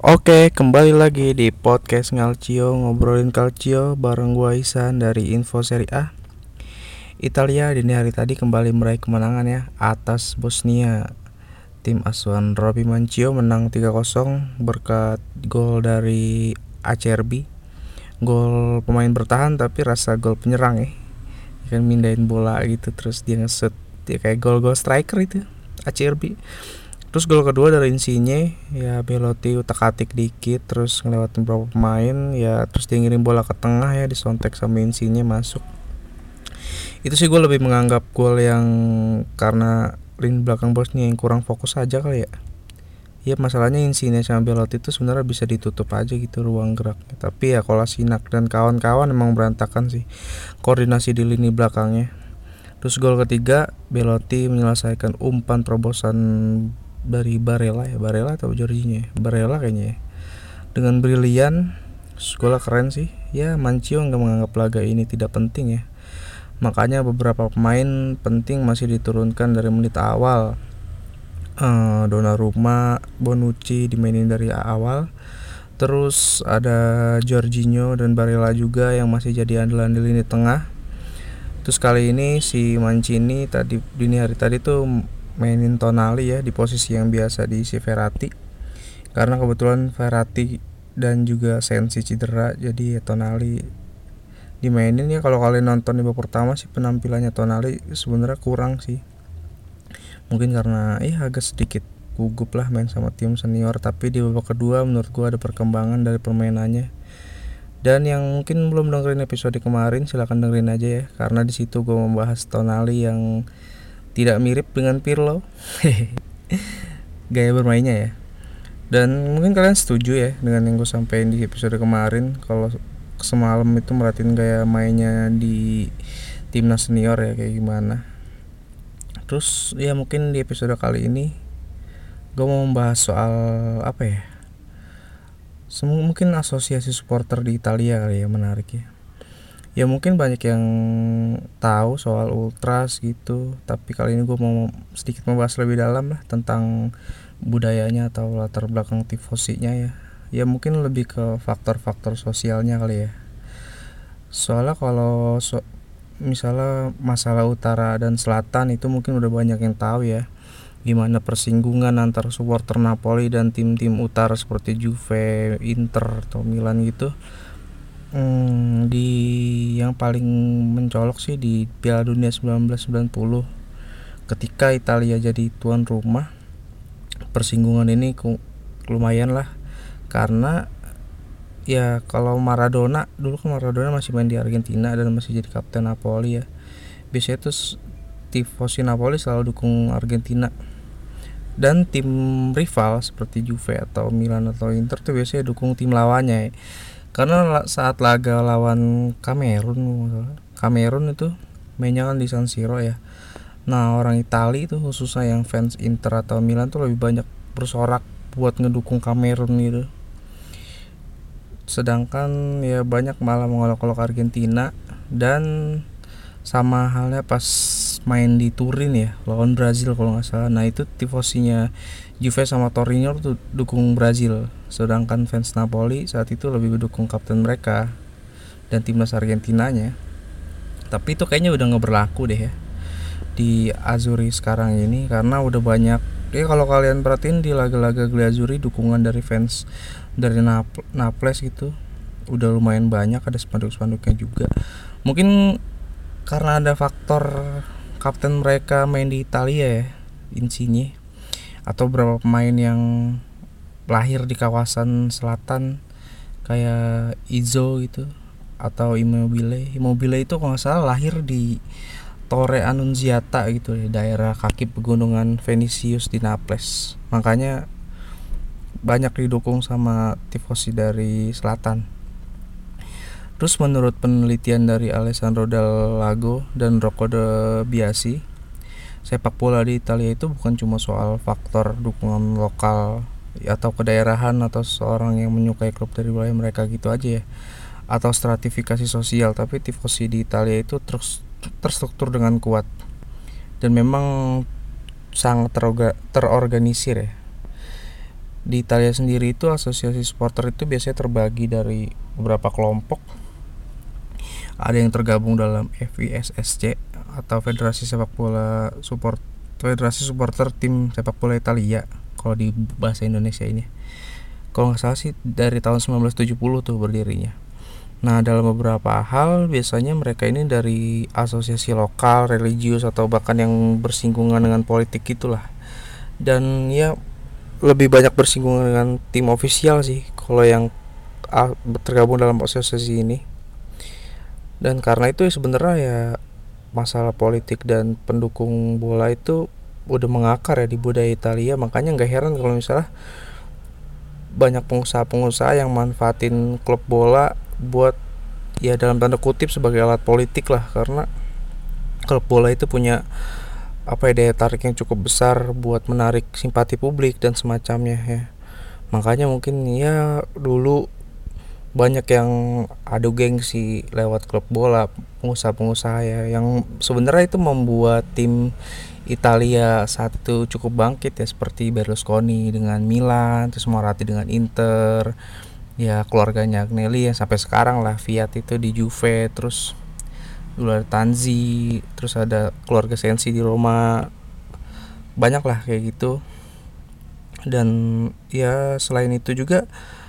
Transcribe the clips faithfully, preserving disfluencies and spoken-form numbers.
Oke, kembali lagi di podcast Ngalcio, ngobrolin Calcio bareng gua Isan dari Info Serie A. Italia dini hari tadi kembali meraih kemenangan ya atas Bosnia. Tim asuhan Robby Mancio menang tiga kosong berkat gol dari Acerbi. Gol pemain bertahan tapi rasa gol penyerang ya. Kan mindahin bola gitu terus dia nge-shoot. Dia kayak gol-gol striker itu Acerbi. Terus gol kedua dari Insigne, ya Belotti utak-atik dikit terus ngelewatin beberapa pemain, ya terus dia ngirim bola ke tengah ya disontek sama Insigne masuk. Itu sih gue lebih menganggap gol yang karena lini belakang Bosnia yang kurang fokus aja kali ya. Ya masalahnya Insigne sama Belotti itu sebenarnya bisa ditutup aja gitu ruang geraknya. Tapi ya Kolasinac dan kawan-kawan emang berantakan sih koordinasi di lini belakangnya. Terus gol ketiga Belotti menyelesaikan umpan terobosan dari Barella ya Barella atau Jorginho ya? Barella kayaknya ya. Dengan brilian, golnya keren sih. Ya Mancio nggak menganggap laga ini tidak penting ya. Makanya beberapa pemain penting masih diturunkan dari menit awal. Uh, Donnarumma, Bonucci dimainin dari awal. Terus ada Jorginho dan Barella juga yang masih jadi andalan di lini tengah. Terus kali ini si Mancini tadi dini hari tadi tuh mainin Tonali ya di posisi yang biasa diisi Verratti. Karena kebetulan Verratti dan juga Sensi cedera, jadi ya Tonali dimainin ya. Kalau kalian nonton di babak pertama sih penampilannya Tonali sebenarnya kurang sih. Mungkin karena ya agak sedikit gugup lah main sama tim senior, tapi di babak kedua menurut gua ada perkembangan dari permainannya. Dan yang mungkin belum dengerin episode kemarin silakan dengerin aja ya, karena di situ gua membahas Tonali yang tidak mirip dengan Pirlo. Gaya bermainnya ya. Dan mungkin kalian setuju ya dengan yang gue sampaikan di episode kemarin, kalau semalam itu merhatiin gaya mainnya di timnas senior ya kayak gimana. Terus ya mungkin di episode kali ini gue mau membahas soal apa ya, Semua mungkin asosiasi supporter di Italia kali ya, menarik ya. Ya mungkin banyak yang tahu soal ultras gitu, tapi kali ini gue mau sedikit membahas lebih dalam lah tentang budayanya atau latar belakang tifosinya ya. Ya mungkin lebih ke faktor-faktor sosialnya kali ya. Soalnya kalau so, misalnya masalah utara dan selatan itu mungkin udah banyak yang tahu ya, gimana persinggungan antar supporter Napoli dan tim-tim utara seperti Juve, Inter atau Milan gitu. Hmm, di yang paling mencolok sih di Piala Dunia sembilan belas sembilan puluh ketika Italia jadi tuan rumah. Persinggungan ini lumayan lah, karena ya kalau Maradona dulu kan Maradona masih main di Argentina dan masih jadi kapten Napoli ya. Biasanya tuh tifosi Napoli selalu dukung Argentina, dan tim rival seperti Juve atau Milan atau Inter tuh biasanya dukung tim lawannya ya. Karena saat laga lawan Kamerun, Kamerun itu mainnya kan di San Siro ya. Nah orang Itali itu khususnya yang fans Inter atau Milan tuh lebih banyak bersorak buat ngedukung Kamerun gitu. Sedangkan ya banyak malah mengolok-olok Argentina. Dan sama halnya pas main di Turin ya lawan Brazil kalau nggak salah. Nah itu tifosinya Juve sama Torino tuh dukung Brazil, sedangkan fans Napoli saat itu lebih mendukung kapten mereka dan timnas Argentinanya. Tapi itu kayaknya udah nggak berlaku deh ya di Azzurri sekarang ini, karena udah banyak ya, kalau kalian perhatiin di laga-laga Glazuri dukungan dari fans dari Nap- Naples gitu udah lumayan banyak, ada spanduk-spanduknya juga. Mungkin karena ada faktor kapten mereka main di Italia ya, Insigne, atau beberapa pemain yang lahir di kawasan selatan kayak Izzo gitu atau Immobile. Immobile itu kalau nggak salah lahir di Torre Annunziata gitu ya, daerah kaki pegunungan Venisius di Naples. Makanya banyak didukung sama tifosi dari selatan. Terus menurut penelitian dari Alessandro Dal Lago dan Rocco De Biasi, sepak bola di Italia itu bukan cuma soal faktor dukungan lokal atau kedaerahan atau seorang yang menyukai klub dari wilayah mereka gitu aja ya, atau stratifikasi sosial, tapi tifosi di Italia itu terus terstruktur dengan kuat dan memang sangat terorganisir ya. di Italia sendiri itu asosiasi supporter itu biasanya terbagi dari beberapa kelompok. Ada yang tergabung dalam F I S S C atau Federasi Sepak Bola Support Federasi Supporter Tim Sepak Bola Italia kalau di bahasa Indonesia ini. Kalau nggak salah sih dari tahun sembilan belas tujuh puluh tuh berdirinya. Nah, dalam beberapa hal biasanya mereka ini dari asosiasi lokal, religius atau bahkan yang bersinggungan dengan politik gitulah. Dan ya lebih banyak bersinggungan dengan tim ofisial sih kalau yang tergabung dalam asosiasi ini. Dan karena itu ya sebenarnya ya masalah politik dan pendukung bola itu udah mengakar ya di budaya Italia. Makanya nggak heran kalau misalnya banyak pengusaha-pengusaha yang manfaatin klub bola buat ya dalam tanda kutip sebagai alat politik lah, karena klub bola itu punya apa ya daya tarik yang cukup besar buat menarik simpati publik dan semacamnya ya. Makanya mungkin ya dulu banyak yang adu gengsi lewat klub bola, pengusaha-pengusaha ya, yang sebenarnya itu membuat tim Italia satu cukup bangkit ya, seperti Berlusconi dengan Milan, terus Moratti dengan Inter, ya keluarganya Agnelli yang sampai sekarang lah, Fiat itu di Juve, terus dulu ada Tanzi, terus ada keluarga Sensi di Roma, banyak lah kayak gitu. Dan ya selain itu juga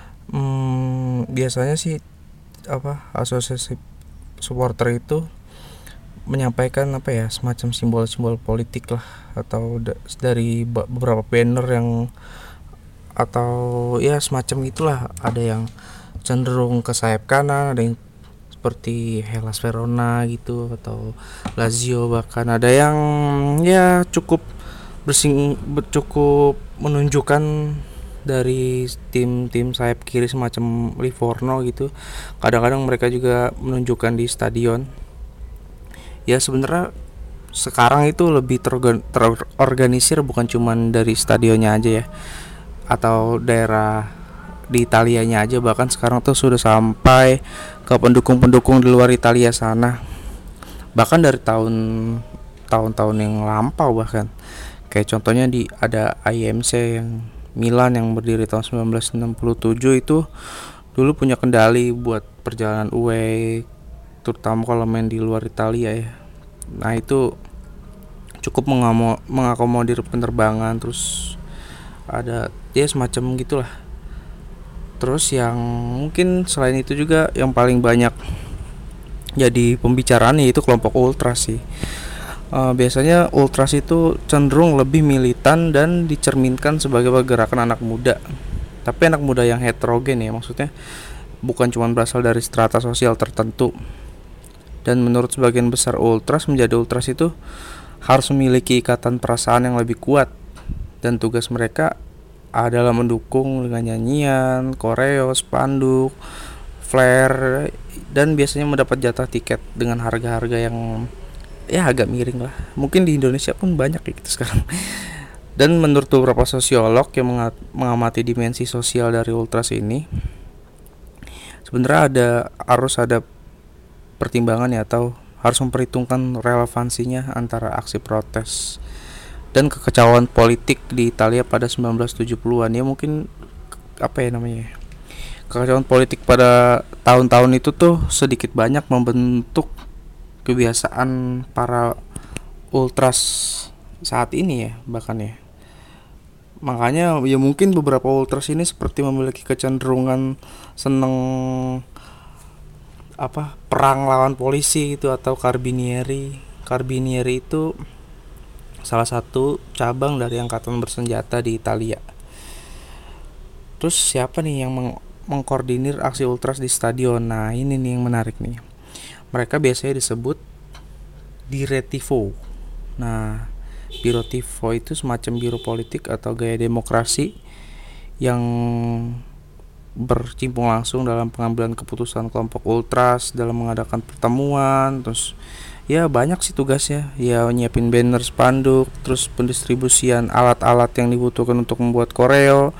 hmm, biasanya sih apa asosiasi supporter itu menyampaikan apa ya semacam simbol-simbol politik lah, atau da- dari beberapa banner yang atau ya semacam itulah. Ada yang cenderung ke sayap kanan, ada yang seperti Hellas Verona gitu atau Lazio, bahkan ada yang ya cukup bersing cukup menunjukkan dari tim-tim sayap kiri semacam Livorno gitu. Kadang-kadang mereka juga menunjukkan di stadion. Ya sebenarnya sekarang itu lebih terorgan- terorganisir, bukan cuman dari stadionnya aja ya, atau daerah di Italianya aja, bahkan sekarang tuh sudah sampai ke pendukung-pendukung di luar Italia sana. Bahkan dari tahun tahun-tahun yang lampau, bahkan kayak contohnya di ada I M C yang Milan yang berdiri tahun sembilan belas enam puluh tujuh itu dulu punya kendali buat perjalanan away, terutama kalau main di luar Italia ya. Nah itu cukup mengamo, mengakomodir penerbangan, terus ada ya semacam gitulah. Terus yang mungkin selain itu juga yang paling banyak jadi pembicaraan yaitu kelompok ultras sih. Uh, biasanya ultras itu cenderung lebih militan dan dicerminkan sebagai pergerakan anak muda. Tapi anak muda yang heterogen ya, maksudnya bukan cuma berasal dari strata sosial tertentu. Dan menurut sebagian besar ultras, menjadi ultras itu harus memiliki ikatan perasaan yang lebih kuat, dan tugas mereka adalah mendukung dengan nyanyian, koreo, spanduk, flare, dan biasanya mendapat jatah tiket dengan harga-harga yang ya agak miring lah. Mungkin di Indonesia pun banyak kayak gitu sekarang. Dan menurut beberapa sosiolog yang mengamati dimensi sosial dari ultras ini, sebenarnya ada harus ada pertimbangan ya, atau harus memperhitungkan relevansinya antara aksi protes dan kekecauan politik di Italia pada sembilan belas tujuh puluhan. Ya mungkin apa ya namanya, kekacauan politik pada tahun-tahun itu tuh sedikit banyak membentuk kebiasaan para ultras saat ini ya, bahkan ya. Makanya ya mungkin beberapa ultras ini seperti memiliki kecenderungan seneng apa perang lawan polisi itu, atau Carabinieri. Carabinieri itu salah satu cabang dari angkatan bersenjata di Italia. Terus siapa nih yang meng- mengkoordinir aksi ultras di stadion? Nah ini nih yang menarik nih. Mereka biasanya disebut Direttivo. Nah Biro Tifo itu semacam biro politik atau gaya demokrasi yang bercimpung langsung dalam pengambilan keputusan kelompok ultras dalam mengadakan pertemuan. Terus ya banyak sih tugasnya, ya nyiapin banner, spanduk, terus pendistribusian alat-alat yang dibutuhkan untuk membuat koreo.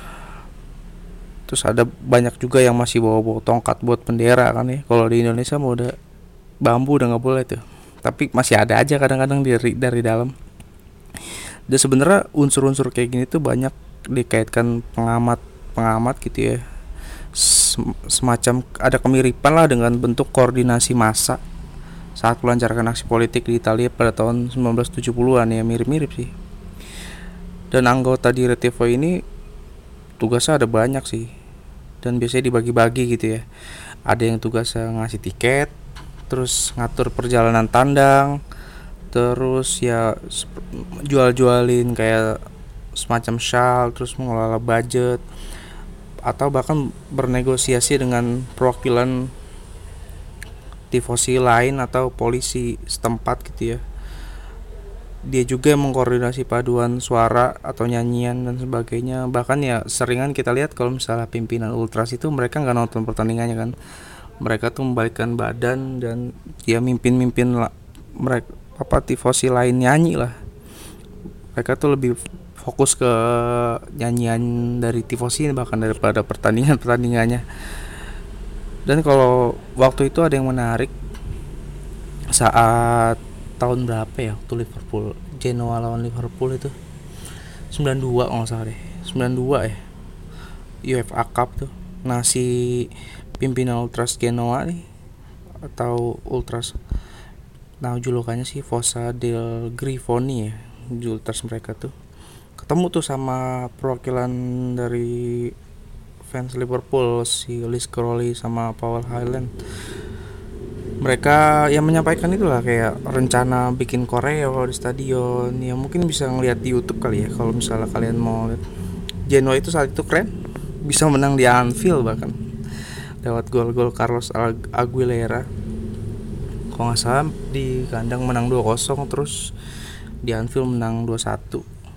Terus ada banyak juga yang masih bawa-bawa tongkat buat bendera kan ya. Kalau di Indonesia mau udah bambu udah nggak boleh tuh, tapi masih ada aja kadang-kadang dari dari dalam. Dan sebenarnya unsur-unsur kayak gini tuh banyak dikaitkan pengamat pengamat gitu ya, semacam ada kemiripan lah dengan bentuk koordinasi massa saat melancarkan aksi politik di Italia pada tahun sembilan belas tujuh puluhan ya, mirip-mirip sih. Dan anggota di Rettivo ini tugasnya ada banyak sih, dan biasanya dibagi-bagi gitu ya. Ada yang tugasnya ngasih tiket, terus ngatur perjalanan tandang, terus ya jual-jualin kayak semacam shawl, terus mengelola budget, atau bahkan bernegosiasi dengan perwakilan tifosi lain atau polisi setempat gitu ya. Dia juga mengkoordinasi paduan suara atau nyanyian dan sebagainya. Bahkan ya seringan kita lihat kalau misalnya pimpinan ultras itu mereka nggak nonton pertandingannya kan, mereka tuh membalikkan badan dan dia mimpin-mimpin lah, mereka apa tifosi lain nyanyi lah. Mereka tuh lebih fokus ke nyanyian dari tifosi bahkan daripada pertandingan pertandingannya. Dan kalau waktu itu ada yang menarik, saat tahun berapa ya waktu Liverpool Genoa lawan Liverpool itu sembilan puluh dua kalau nggak salah deh, sembilan puluh dua ya, U E F A Cup tuh. Nah si pimpinan Ultras Genoa nih, atau Ultras, nah julukannya sih Fossa del Grifoni ya, Ultras mereka tuh ketemu tuh sama perwakilan dari fans Liverpool, si Liz Crowley sama Paul Highland. Mereka yang menyampaikan itulah kayak rencana bikin koreo di stadion. Ya mungkin bisa ngeliat di YouTube kali ya kalau misalnya kalian mau lihat. Genoa itu saat itu keren, bisa menang di Anfield bahkan lewat gol-gol Carlos Aguilera. Kalau nggak salah di kandang menang dua kosong, terus di Anfield menang dua satu.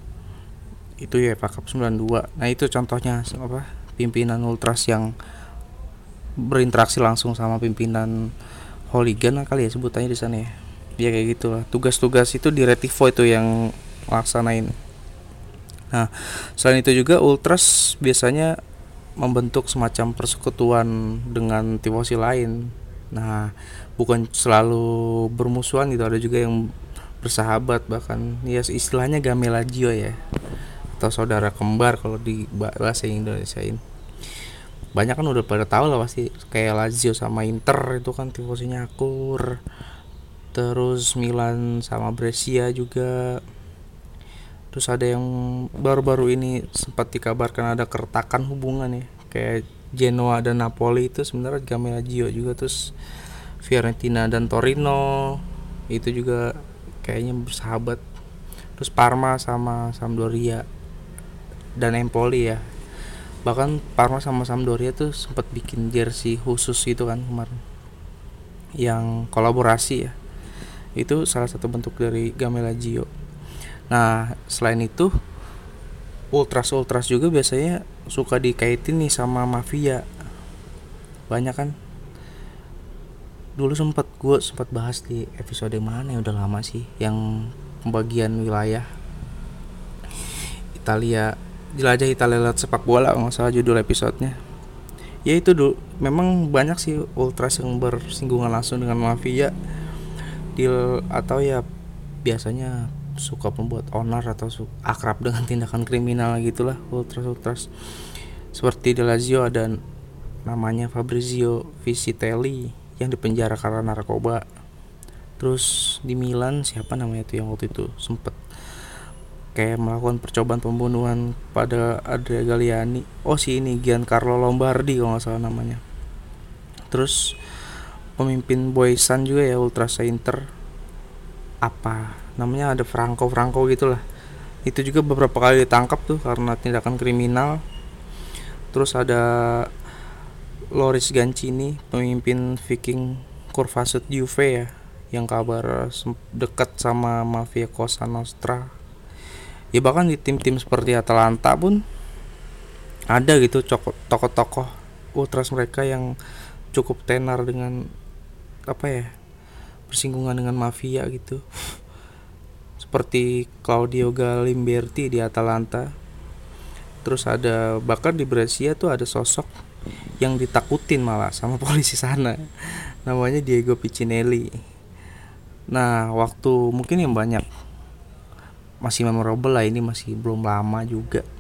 Itu ya U E F A Cup sembilan puluh dua. Nah itu contohnya apa, pimpinan Ultras yang berinteraksi langsung sama pimpinan hooligan kali ya sebutannya di sana ya. Ya kayak gitulah. Tugas-tugas itu di Rettivo itu yang laksanain. Nah, selain itu juga Ultras biasanya membentuk semacam persekutuan dengan tifosi lain. Nah, bukan selalu bermusuhan gitu, ada juga yang bersahabat, bahkan ya istilahnya Gamelagio ya, atau saudara kembar kalau di bahasa Indonesiain. Banyak kan udah pada tahu lah pasti, kayak Lazio sama Inter itu kan tifosinya akur. Terus Milan sama Brescia juga. Terus ada yang baru-baru ini sempat dikabarkan ada keretakan hubungan ya, kayak Genoa dan Napoli itu sebenarnya Gamelagio juga. Terus Fiorentina dan Torino itu juga kayaknya bersahabat. Terus Parma sama Sampdoria dan Empoli ya. Bahkan Parma sama Sampdoria tuh sempat bikin jersey khusus itu kan kemarin, yang kolaborasi ya. Itu salah satu bentuk dari Gamelagio. Nah selain itu Ultras-Ultras juga biasanya suka dikaitin nih sama mafia. Banyak kan. Dulu sempat gue sempat bahas di episode mana ya, udah lama sih, yang pembagian wilayah Italia, jelajah Italia lewat sepak bola nggak salah judul episodenya. Ya itu dulu memang banyak sih Ultras yang bersinggungan langsung dengan mafia, deal atau ya biasanya suka membuat onar atau suka akrab dengan tindakan kriminal gitulah Ultras-Ultras. Seperti di Lazio ada namanya Fabrizio Vicitelli yang dipenjara karena narkoba. Terus di Milan siapa namanya tuh yang waktu itu sempet kayak melakukan percobaan pembunuhan pada Andrea Galliani. Oh si ini Giancarlo Lombardi kalau nggak salah namanya. Terus pemimpin Boysan juga ya Ultras Inter, apa namanya, ada Franco Franco gitulah. Itu juga beberapa kali ditangkap tuh karena tindakan kriminal. Terus ada Loris Gancini, pemimpin Viking Kurvasut Juve ya, yang kabar dekat sama mafia Cosa Nostra. Ya bahkan di tim-tim seperti Atalanta pun ada gitu tokoh-tokoh Ultras mereka yang cukup tenar dengan apa ya, bersinggungan dengan mafia gitu. Seperti Claudio Galimberti di Atalanta. Terus ada bahkan di Brescia tuh ada sosok yang ditakutin malah sama polisi sana, namanya Diego Piccinelli. Nah waktu mungkin yang banyak masih memorable lah, ini masih belum lama juga.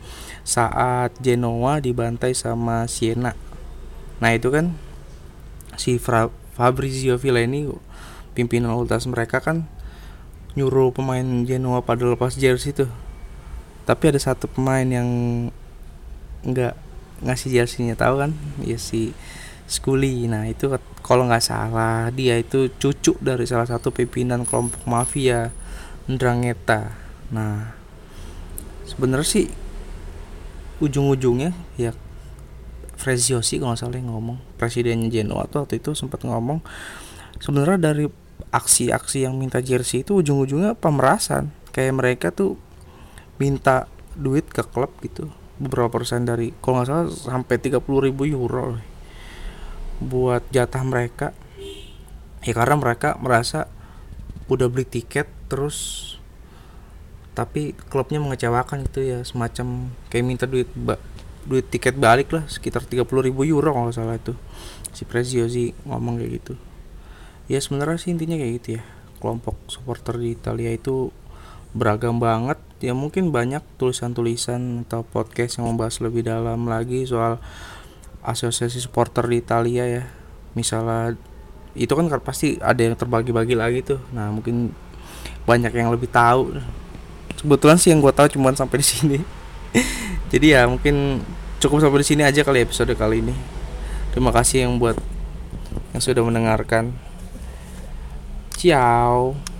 saat Genoa dibantai sama Siena. Nah itu kan si Fra- Fabrizio Villani, pimpinan ultras mereka kan nyuruh pemain Genoa pada lepas jersey tuh. Tapi ada satu pemain yang nggak ngasih jersey-nya, tahu kan? Ya si Scully. Nah itu kalau nggak salah dia itu cucu dari salah satu pimpinan kelompok mafia Ndrangheta. Nah sebenarnya sih ujung-ujungnya ya Preziosi kalau nggak salah yang ngomong, presidennya Genoa tuh waktu itu sempat ngomong sebenarnya dari aksi-aksi yang minta jersey itu ujung-ujungnya pemerasan, kayak mereka tuh minta duit ke klub gitu, beberapa persen dari kalau nggak salah sampai tiga puluh ribu euro buat jatah mereka ya, karena mereka merasa udah beli tiket terus tapi klubnya mengecewakan gitu ya, semacam kayak minta duit ba- duit tiket balik lah, sekitar tiga puluh ribu euro kalau nggak salah itu si Preziosi ngomong kayak gitu. Ya sebenarnya sih intinya kayak gitu ya, kelompok supporter di Italia itu beragam banget ya, mungkin banyak tulisan-tulisan atau podcast yang membahas lebih dalam lagi soal asosiasi supporter di Italia ya, misalnya itu kan pasti ada yang terbagi-bagi lagi tuh. Nah mungkin banyak yang lebih tahu, kebetulan sih yang gue tahu cuma sampai di sini. Jadi ya mungkin cukup sampai di sini aja kali episode kali ini. Terima kasih yang buat yang sudah mendengarkan. Ciao.